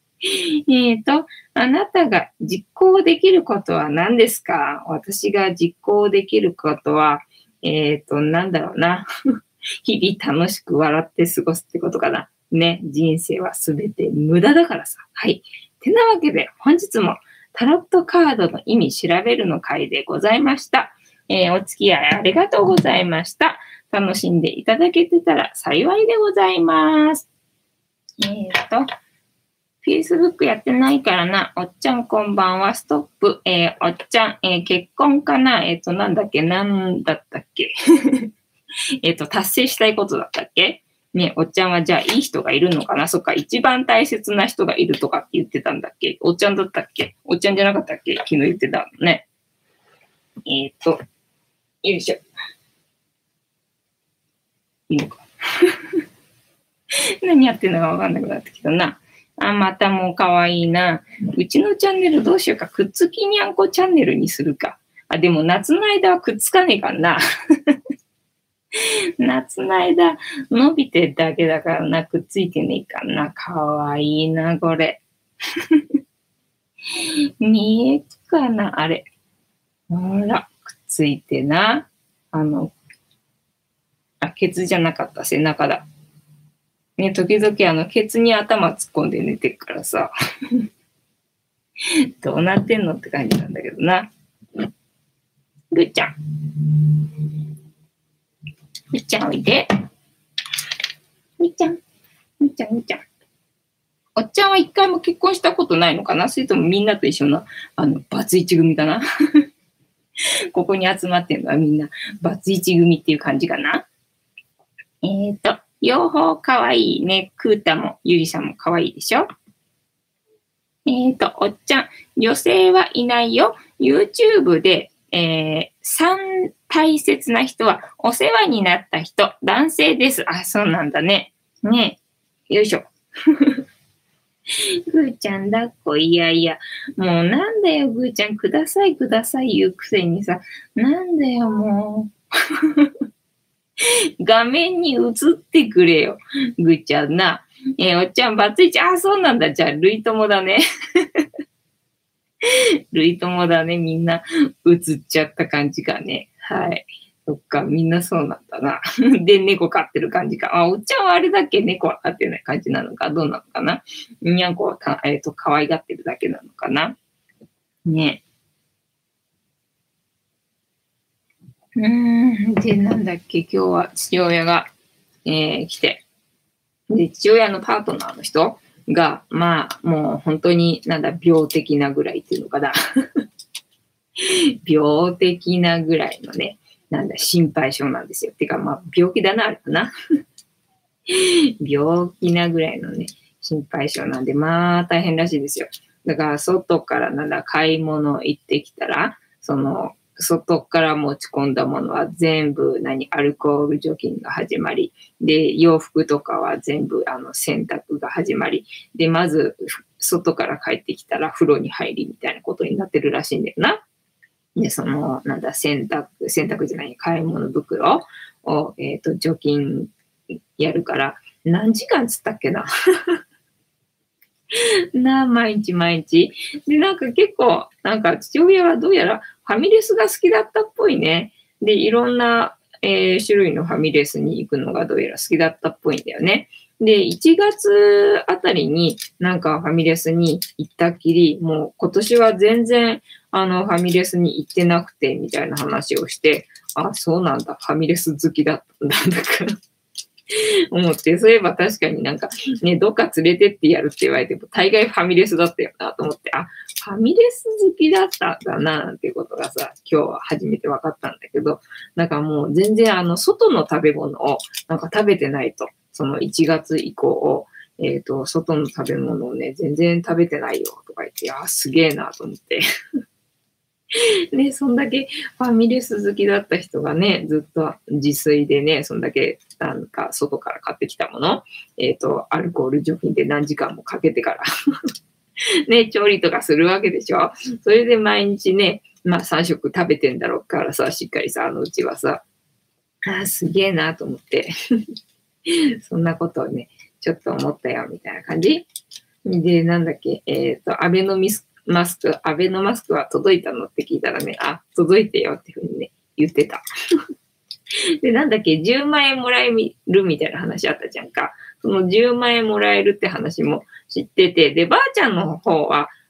あなたが実行できることは何ですか？私が実行できることは、なんだろうな。日々楽しく笑って過ごすってことかな。ね、人生はすべて無駄だからさ。はい。てなわけで、本日もタロットカードの意味調べるの回でございました。 お付き合いありがとうございました。楽しんでいただけてたら幸いでございます。Facebook やってないからな。おっちゃんこんばんは。ストップ。おっちゃん、結婚かな。なんだっけなんだったっけ達成したいことだったっけね、おっちゃんはじゃあいい人がいるのかな。そっか、一番大切な人がいるとかって言ってたんだっけ。おっちゃんだったっけ。おっちゃんじゃなかったっけ。昨日言ってたのね。よいしょ。いいのか。何やってんのかわかんなくなってきたな。あ、またもうかわいいな。うちのチャンネルどうしようか。くっつきにゃんこチャンネルにするか。あ、でも夏の間はくっつかねえかな。夏の間伸びてるだけだからな。くっついてねえかな。かわいいな、これ。見えっかな、あれ。ほら、くっついてな。ケツじゃなかった、背中だ。ね、時々ケツに頭突っ込んで寝てるからさ。どうなってんのって感じなんだけどな。ぐっちゃん。ぐっちゃんおいで。ぐっちゃん。ぐっちゃん、ぐっちゃん。おっちゃんは一回も結婚したことないのかな。それともみんなと一緒の、バツイチ組かな。ここに集まってるのはみんな、バツイチ組っていう感じかな。両方かわいいね。クータもゆりさんもかわいいでしょ。おっちゃん、女性はいないよ。YouTube で、大切な人はお世話になった人、男性です。あ、そうなんだね。ねえ。よいしょ。ぐーちゃん抱っこ、いやいや。もうなんだよ、ぐーちゃん、ください、ください言うくせにさ。なんだよ、もう。画面に映ってくれよ、ぐーちゃんな。おっちゃん、バツイチ。あ、そうなんだ。じゃあ、類友だね。類友だね。みんな映っちゃった感じかね。はい。そっか、みんなそうなんだな。で、猫飼ってる感じか。あ、おっちゃんはあれだっけ猫は飼ってない感じなのか、どうなのかな。にゃんこは可愛がってるだけなのかな。ね。で、なんだっけ、今日は父親が、来て。で、父親のパートナーの人が、まあ、もう本当に、病的なぐらいっていうのかな。病的なぐらいのね、心配性なんですよ。てか、まあ、病気だな、あれかな。病気なぐらいのね、心配性なんで、まあ、大変らしいですよ。だから、外から買い物行ってきたら、外から持ち込んだものは全部アルコール除菌が始まり、で、洋服とかは全部洗濯が始まり、で、まず、外から帰ってきたら風呂に入りみたいなことになってるらしいんだよな。で、洗濯じゃない、買い物袋を、除菌やるから、何時間つったっけな。毎日毎日。で、結構、父親はどうやらファミレスが好きだったっぽいね。で、いろんな、種類のファミレスに行くのがどうやら好きだったっぽいんだよね。で、1月あたりにファミレスに行ったっきり、もう今年は全然ファミレスに行ってなくて、みたいな話をして、あ、そうなんだ、ファミレス好きだったんだ、だから。思って、そういえば確かにね、どっか連れてってやるって言われても、大概ファミレスだったよなと思って、あ、ファミレス好きだったんだな、なんていうことがさ、今日は初めて分かったんだけど、もう全然外の食べ物を食べてないと、その1月以降、外の食べ物をね、全然食べてないよとか言って、あ、すげえなと思って。ね、そんだけファミレス好きだった人がね、ずっと自炊でね、そんだけ外から買ってきたもの、アルコール除菌で何時間もかけてからね、調理とかするわけでしょ。それで毎日ね、まあ3食食べてんだろうからさ、しっかりさ、うちはさ、すげえなと思ってそんなことをね、ちょっと思ったよ、みたいな感じで、なんだっけ、アベノマスクは届いたのって聞いたらね、あ、届いてよっていうふうにね、言ってた。で、なんだっけ、10万円もらえるみたいな話あったじゃんか。その10万円もらえるって話も知ってて、で、ばあちゃんの方は、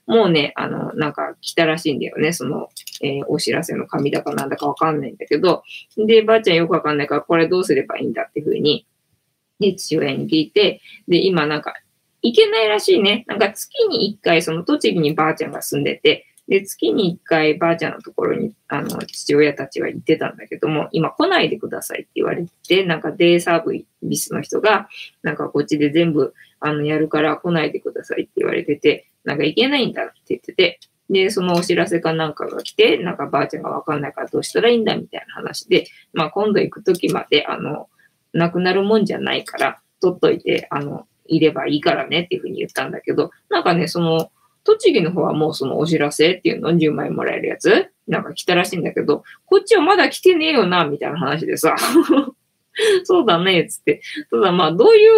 もうね、なんか来たらしいんだよね。その、お知らせの紙だかなんだかわかんないんだけど、で、ばあちゃんよくわかんないから、これどうすればいいんだっていうふうに、で、父親に聞いて、で、今なんか、行けないらしいね。なんか月に1回、その栃木にばあちゃんが住んでて、で、月に1回ばあちゃんのところに、父親たちは行ってたんだけども、今来ないでくださいって言われて、なんかデイサービスの人が、なんかこっちで全部、やるから来ないでくださいって言われてて、なんか行けないんだって言ってて、で、そのお知らせかなんかが来て、なんかばあちゃんがわかんないからどうしたらいいんだみたいな話で、まあ今度行くときまで、なくなるもんじゃないから、取っといて、いればいいからねっていうふうに言ったんだけど、なんかね、その、栃木の方はもうそのお知らせっていうの10枚もらえるやつなんか来たらしいんだけど、こっちはまだ来てねえよな、みたいな話でさ、そうだね、つって。ただまあ、どういう、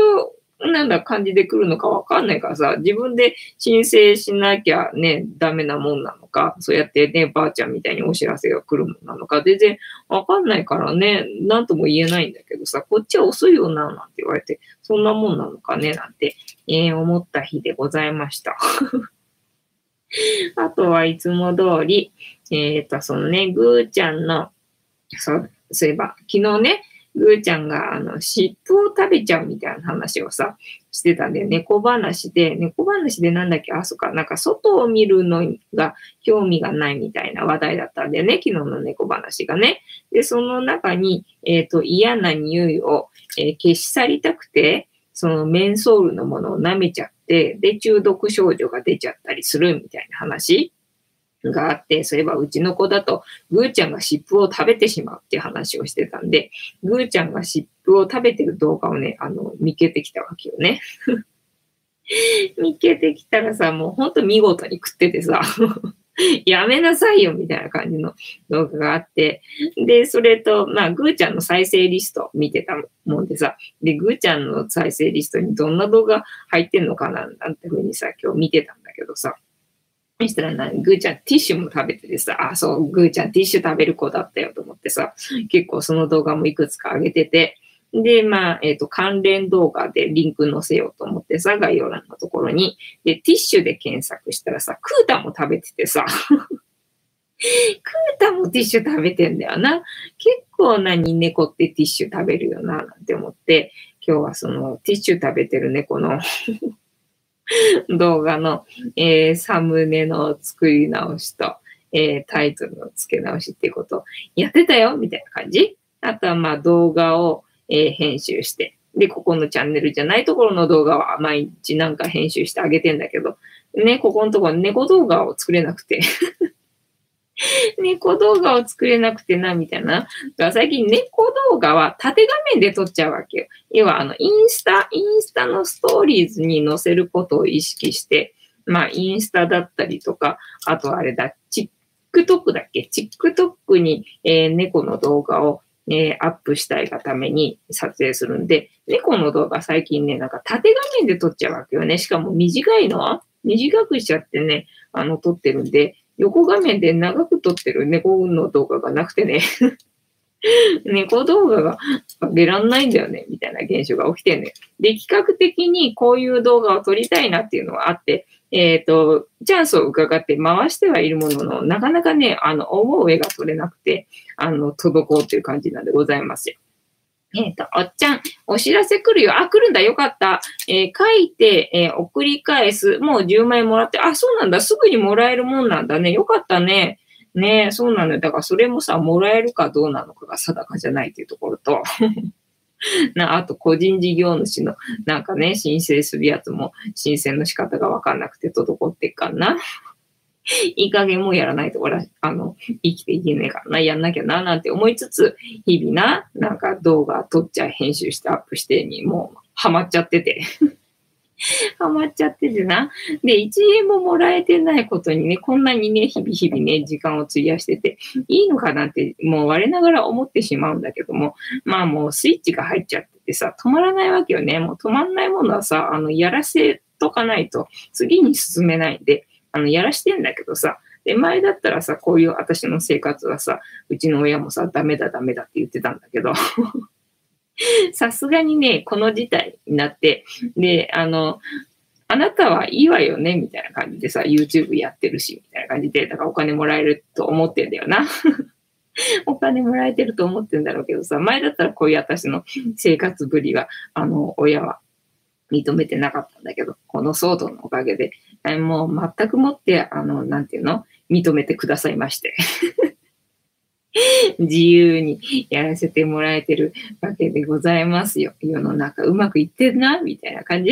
なんだ、感じで来るのかわかんないからさ、自分で申請しなきゃね、ダメなもんなのか、そうやってね、ばあちゃんみたいにお知らせが来るもんなのか、全然わかんないからね、なんとも言えないんだけどさ、こっちは遅いよな、なんて言われて、そんなもんなのかね、なんて、思った日でございました。あとはいつも通り、そのね、ぐーちゃんの、そういえば、昨日ね、ぐーちゃんが、尻尾を食べちゃうみたいな話をさ、してたんで、猫話でなんだっけ、あ、そっか、なんか外を見るのが興味がないみたいな話題だったんだよね、昨日の猫話がね。で、その中に、嫌な匂いを、消し去りたくて、そのメンソールのものを舐めちゃって、で、中毒症状が出ちゃったりするみたいな話があって、そういえばうちの子だと、ぐーちゃんが湿布を食べてしまうっていう話をしてたんで、ぐーちゃんが湿布を食べてる動画をね、見っけてきたわけよね。見っけてきたらさ、もうほんと見事に食っててさ、やめなさいよみたいな感じの動画があって、で、それと、まあ、ぐーちゃんの再生リスト見てたもんでさ、で、ぐーちゃんの再生リストにどんな動画入ってんのかななんてふうにさ、今日見てたんだけどさ、そしたらぐーちゃんティッシュも食べててさ、あ、そう、ぐーちゃんティッシュ食べる子だったよと思ってさ、結構その動画もいくつか上げてて、で、まあ、関連動画でリンク載せようと思ってさ、概要欄のところに、で、ティッシュで検索したらさ、クータンも食べててさ、クータンもティッシュ食べてんだよな。結構なに猫ってティッシュ食べるよな、なんて思って、今日はそのティッシュ食べてる猫の動画の、サムネの作り直しと、タイトルの付け直しっていうことをやってたよみたいな感じ。あとはまあ動画を、編集して、で、ここのチャンネルじゃないところの動画は毎日なんか編集してあげてんだけど、ね、ここのところ猫動画を作れなくて猫動画を作れなくてな、みたいな。だから最近猫動画は縦画面で撮っちゃうわけよ。要はインスタのストーリーズに載せることを意識して、まあインスタだったりとか、あとあれだ、TikTok だっけ ?TikTok に、猫の動画を、アップしたいがために撮影するんで、猫の動画最近ね、なんか縦画面で撮っちゃうわけよね。しかも短いのは短くしちゃってね、撮ってるんで、横画面で長く撮ってる猫の動画がなくてね猫動画が上げらんないんだよね、みたいな現象が起きてね。で、企画的にこういう動画を撮りたいなっていうのはあって、チャンスを伺って回してはいるものの、なかなかね、思う絵が撮れなくて、滞っていう感じなんでございますよ。おっちゃん、お知らせ来るよ。あ、来るんだ。よかった。書いて、送り返す。もう10枚もらって。あ、そうなんだ。すぐにもらえるもんなんだね。よかったね。ねそうなんだよ。だからそれもさ、もらえるかどうなのかが定かじゃないっていうところと、あと個人事業主のなんかね、申請するやつも申請の仕方がわかんなくて滞ってっかな。いい加減もうやらないと、俺は、生きていけねえからな、やんなきゃな、なんて思いつつ、日々な、なんか動画撮っちゃい、編集してアップしてに、もう、ハマっちゃってて。ハマっちゃっててな。で、1円ももらえてないことにね、こんなにね、日々ね、時間を費やしてて、いいのかなって、もう我ながら思ってしまうんだけども、まあもうスイッチが入っちゃっててさ、止まらないわけよね。もう止まんないものはさ、やらせとかないと、次に進めないんで、やらしてんだけどさ、で、前だったらさ、こういう私の生活はさ、うちの親もさ、ダメだって言ってたんだけど、さすがにね、この事態になって、で、 あなたはいいわよねみたいな感じでさ、YouTube やってるし、みたいな感じで、だからお金もらえると思ってんだよな。お金もらえてると思ってんだろうけどさ、前だったらこういう私の生活ぶりは、親は認めてなかったんだけど、この騒動のおかげで、もう全くもって、なんていうの認めてくださいまして。自由にやらせてもらえてるわけでございますよ。世の中うまくいってんな、みたいな感じ。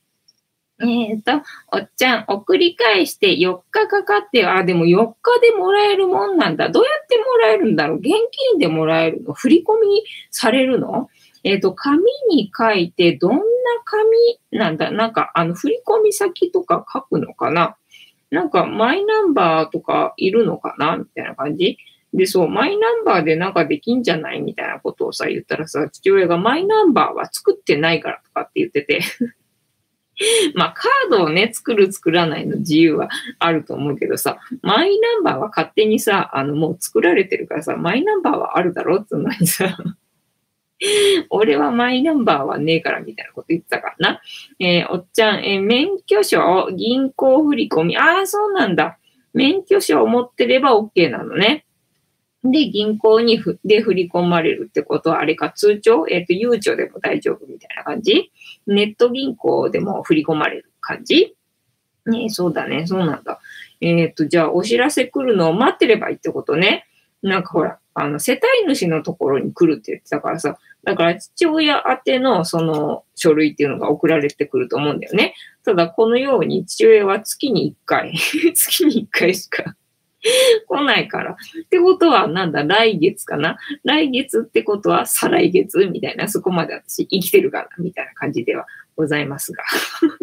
おっちゃん、送り返して4日かかってでも4日でもらえるもんなんだ。どうやってもらえるんだろう？現金でもらえるの？振り込みされるの？紙に書いて、どんな紙なんだ？なんか、振り込み先とか書くのかな？なんか、マイナンバーとかいるのかなみたいな感じで、そう、マイナンバーでなんかできんじゃないみたいなことをさ、言ったらさ、父親がマイナンバーは作ってないからとかって言ってて、まあ、カードをね、作る作らないの自由はあると思うけどさ、マイナンバーは勝手にさ、もう作られてるからさ、マイナンバーはあるだろってのにさ、俺はマイナンバーはねえからみたいなこと言ってたからな。おっちゃん、免許証、銀行振込。そうなんだ。免許証を持ってれば OK なのね。で、銀行で振り込まれるってことは、あれか、通帳ゆうちょでも大丈夫みたいな感じ？ネット銀行でも振り込まれる感じ？ね、そうだね、そうなんだ。じゃあ、お知らせ来るのを待ってればいいってことね。なんかほら、世帯主のところに来るって言ってたからさ、だから父親宛てのその書類っていうのが送られてくると思うんだよね。ただ、このように父親は月に1回、月に1回しか来ないから。ってことは、なんだ、来月かな？来月ってことは、再来月みたいな、そこまで私生きてるかなみたいな感じではございますが。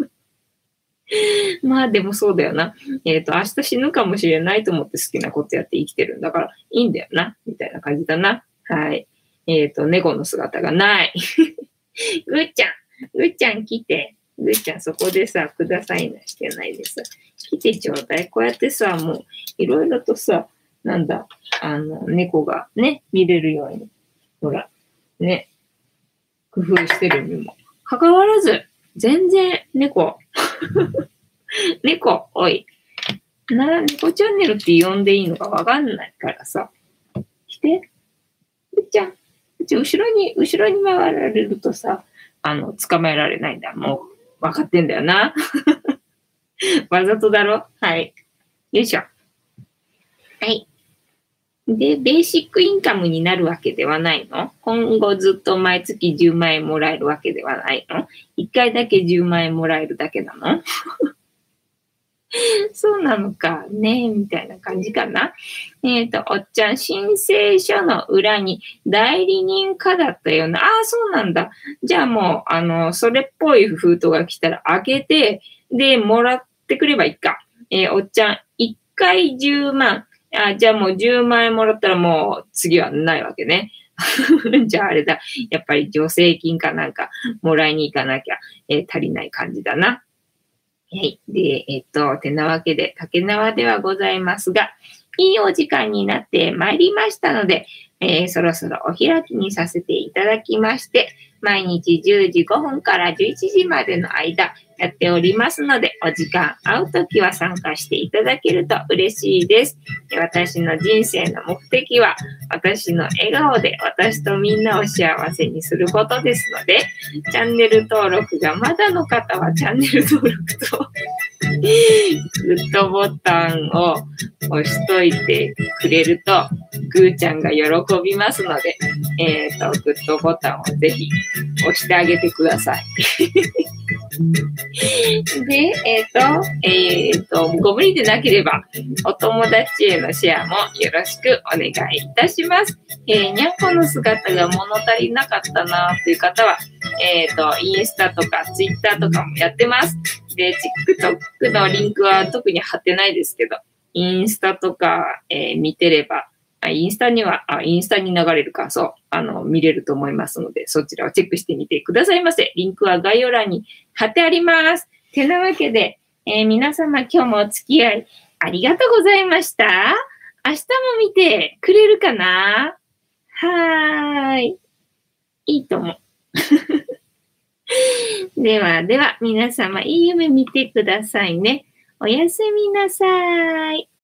まあでもそうだよな。明日死ぬかもしれないと思って好きなことやって生きてるんだからいいんだよな。みたいな感じだな。はい。猫の姿がない。ぐっちゃん、ぐっちゃん来て。ぐっちゃんそこでさ、くださいなしてないでさ。来てちょうだい。こうやってさ、もういろいろとさ、なんだ、猫がね、見れるように。ほら、ね、工夫してるにも。かかわらず、全然猫、猫、おい。猫チャンネルって呼んでいいのかわかんないからさ。来て。ぐっちゃん。後ろに回られるとさ、捕まえられないんだ。もう、わかってんだよな。わざとだろ？はい。よいしょ。はい。で、ベーシックインカムになるわけではないの？今後ずっと毎月10万円もらえるわけではないの？1回だけ10万円もらえるだけなの？そうなのかね、みたいな感じかな。おっちゃん、申請書の裏に代理人かだったような。そうなんだ。じゃあもう、それっぽい封筒が来たら開けて、で、もらってくればいいか。おっちゃん、1回10万。じゃあもう10万円もらったらもう次はないわけね。じゃああれだ。やっぱり助成金かなんかもらいに行かなきゃ、足りない感じだな。はい。で、てなわけで、竹縄ではございますが、いいお時間になってまいりましたので、そろそろお開きにさせていただきまして、毎日10時5分から11時までの間やっておりますので、お時間合うときは参加していただけると嬉しいです。私の人生の目的は、私の笑顔で私とみんなを幸せにすることですので、チャンネル登録がまだの方はチャンネル登録とグッドボタンを押しといてくれると、ぐーちゃんが喜びますので、グッドボタンをぜひ押してあげてください。で、ご無理でなければ、お友達へのシェアもよろしくお願いいたします。にゃんこの姿が物足りなかったなという方は、インスタとかツイッターとかもやってます。で、TikTok のリンクは特に貼ってないですけど、インスタとか、見てれば、インスタに流れるか、そう、見れると思いますので、そちらをチェックしてみてくださいませ。リンクは概要欄に貼ってあります。てなわけで、皆様今日もお付き合いありがとうございました。明日も見てくれるかな？はーい。いいと思う。 ではでは、皆様いい夢見てくださいね。おやすみなさい。